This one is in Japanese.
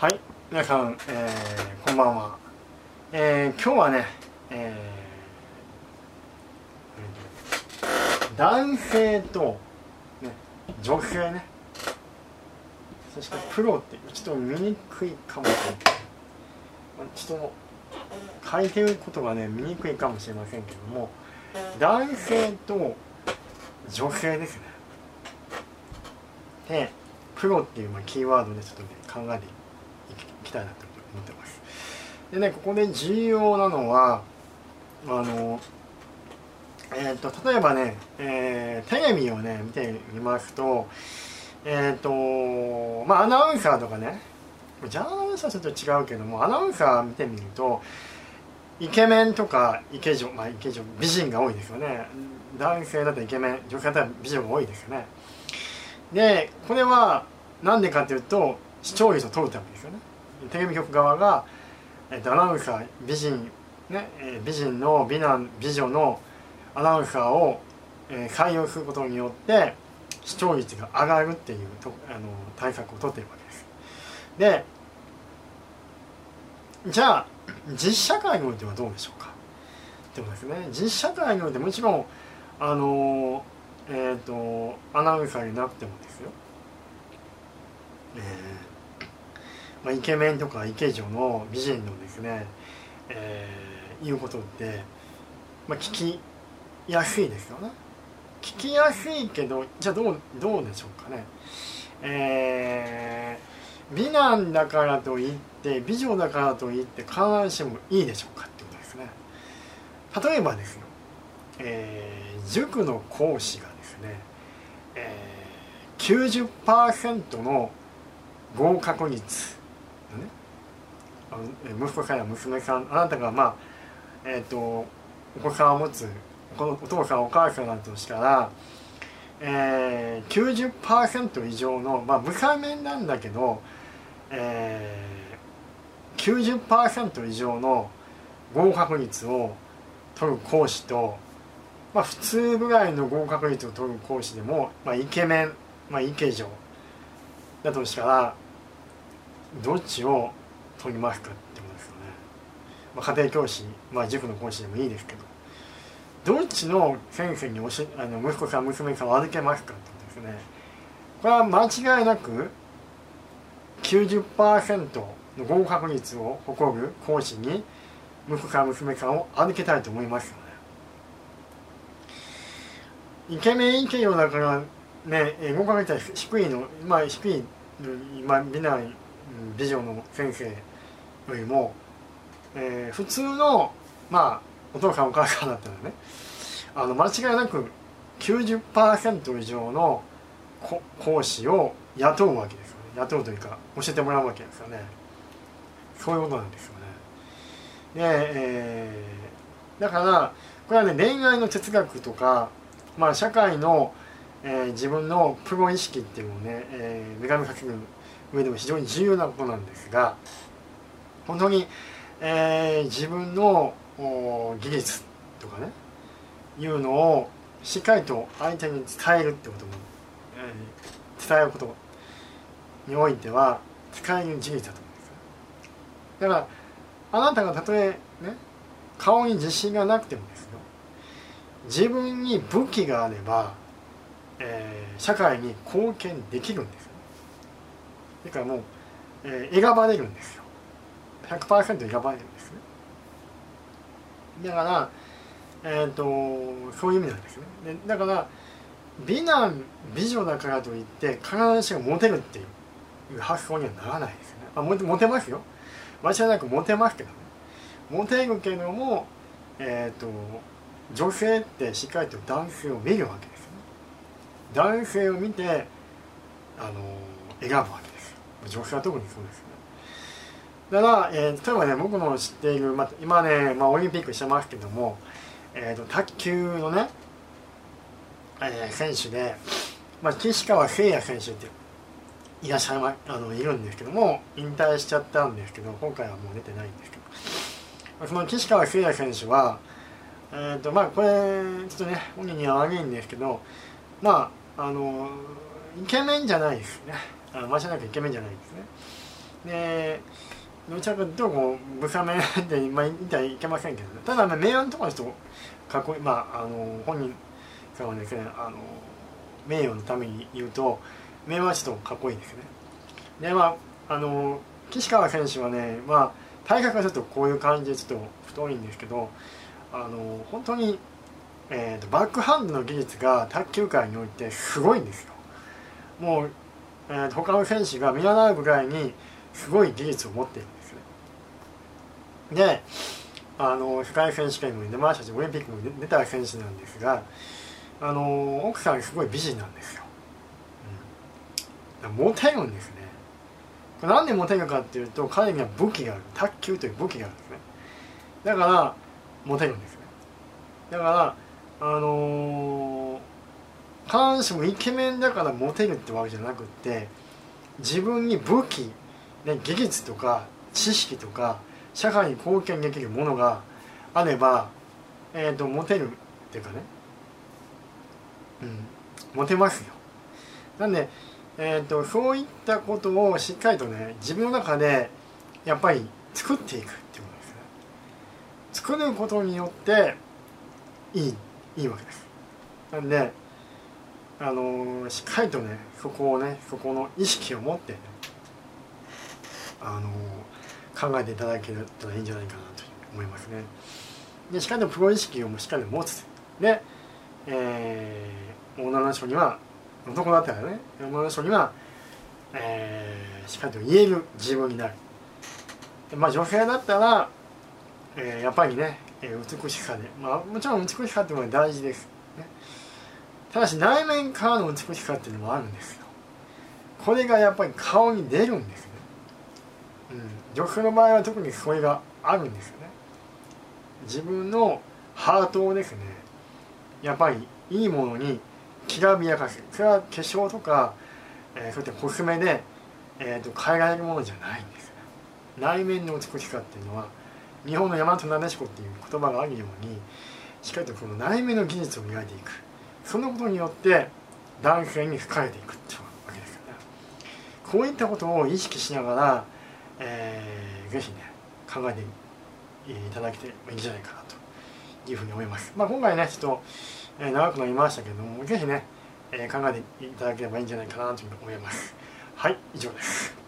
はい、皆さん、こんばんは。今日はね、男性と、ね、女性ね、そしてプロってちょっと見にくいかもしれない。ちょっと書いてることがね見にくいかもしれませんけども、男性と女性ですね。で、プロっていうキーワードでちょっとね考えていきたいなと思ってます。でね、ここで重要なのは例えばね、テレビをね見てみますと、アナウンサーとかね、ジャーナリストはちょっと違うけども、アナウンサー見てみるとイケメンとかイケ女、美人が多いですよね。男性だとイケメン、女性だと美女が多いですよね。で、これはなんでかというと視聴率を取るためですよね。テレビ局側が、アナウンサー、美人ね、美人の美女のアナウンサーを、採用することによって視聴率が上がるっていう対策を取っているわけです。で、じゃあ実社会においてはどうでしょうかってことですね。実社会においてもちろんアナウンサーになくてもですよ、イケメンとかイケ女の美人のですね、言うことって、聞きやすいですよね。聞きやすいけど、じゃあどうでしょうかね。美男だからといって美女だからといって必ずしもいいでしょうかってことですね。例えばですよ、塾の講師がですね、90% の合格率、息子さんや娘さん、あなたがお子さんを持つお父さんお母さんだとしたら、90% 以上の、無対面なんだけど、90% 以上の合格率を取る講師と、普通ぐらいの合格率を取る講師でも、イケメン、イケ女だとしたらどっちを取りますかってことですよね。家庭教師、塾の講師でもいいですけど、どっちの先生に息子さん娘さんを預けますかってことですね。これは間違いなく 90% の合格率を誇る講師に息子さん娘さんを預けたいと思いますよね。イケメンイケ女だからね、合格率は低いの、低い美男美女の先生よりも、普通のお父さんお母さんだったらね、間違いなく 90% 以上の講師を雇うわけですよね。雇うというか教えてもらうわけですよね。そういうことなんですよね。で、だからこれはね、恋愛の哲学とか、社会の、自分のプロ意識っていうのをね、目覚めかける上でも非常に重要なことなんですが、本当に、自分の技術とかねいうのをしっかりと相手に伝えるってことも、伝えることにおいては使える事実だと思うんですよ。だからあなたがたとえね顔に自信がなくてもですよ、自分に武器があれば、社会に貢献できるんですよ。だからもう、選ばれるんですよ。100% 選ばれるんですね。だから、そういう意味なんですね。でだから美男美女だからといって必ずしもモテるっていう発想にはならないですよね。モテますよ。間違いなくモテますけどね。モテるけども、女性ってしっかりと男性を見るわけですよね。男性を見て選ぶわけですよ。女性は特にそうですよね。だから、例えばね、僕の知っている、今ね、オリンピックしてますけども、卓球のね、選手で、岸川誠也選手っていらっしゃいるんですけども、引退しちゃったんですけど、今回はもう出てないんですけど、その岸川誠也選手は、これちょっとね本人には悪いんですけど、イケメンじゃないですね。間違いなくイケメンじゃないですね。 でどちらかというとこうブサメって言ったらいけませんけど、ね、ただ名誉のところの人かっこいい、本人さんはですね名誉のために言うと名誉はちょっとかっこいいですね。で岸川選手はね、体格がちょっとこういう感じでちょっと太いんですけど本当に、バックハンドの技術が卓球界においてすごいんですよ。もう、他の選手が見習うぐらいにすごい技術を持っているんですね。で世界選手権にも出ましたしオリンピックも出た選手なんですが奥さんすごい美人なんですよ、モテるんですね。これなんでモテるかっていうと彼には武器がある、卓球という武器があるんですね。だからモテるんですね。だから必ずしもイケメンだからモテるってわけじゃなくって、自分に武器、ね、技術とか知識とか社会に貢献できるものがあれば、モテるっていうかね、モテますよ。なんで、そういったことをしっかりとね自分の中でやっぱり作っていくっていうことですね。作ることによっていいわけです。なんでしっかりとねそこの意識を持ってね考えていただけたらいいんじゃないかなと思いますね。でしっかりとプロ意識をしっかり持つ。で、女の人には男だったらね女の人には、しっかりと言える自分になる。で女性だったら、やっぱりね美しさで、もちろん美しさっていうのは大事です、ね、ただし内面からの美しさっていうのもあるんですよ。これがやっぱり顔に出るんですね。女性の場合は特にそれがあるんですよね。自分のハートをですねやっぱりいいものにきらびやかせ、それは化粧とか、そういったコスメで、変えられるものじゃないんですね。内面の美しさっていうのは日本の大和なでしこっていう言葉があるようにしっかりとこの内面の技術を磨いていく。そのことによって男性に好かれていくっていうわけですよね。こういったことを意識しながら、ぜひね考えていただけてもいいんじゃないかなというふうに思います。今回ねちょっと、長くなりましたけどもぜひね、考えていただければいいんじゃないかなというふうに思います。はい、以上です。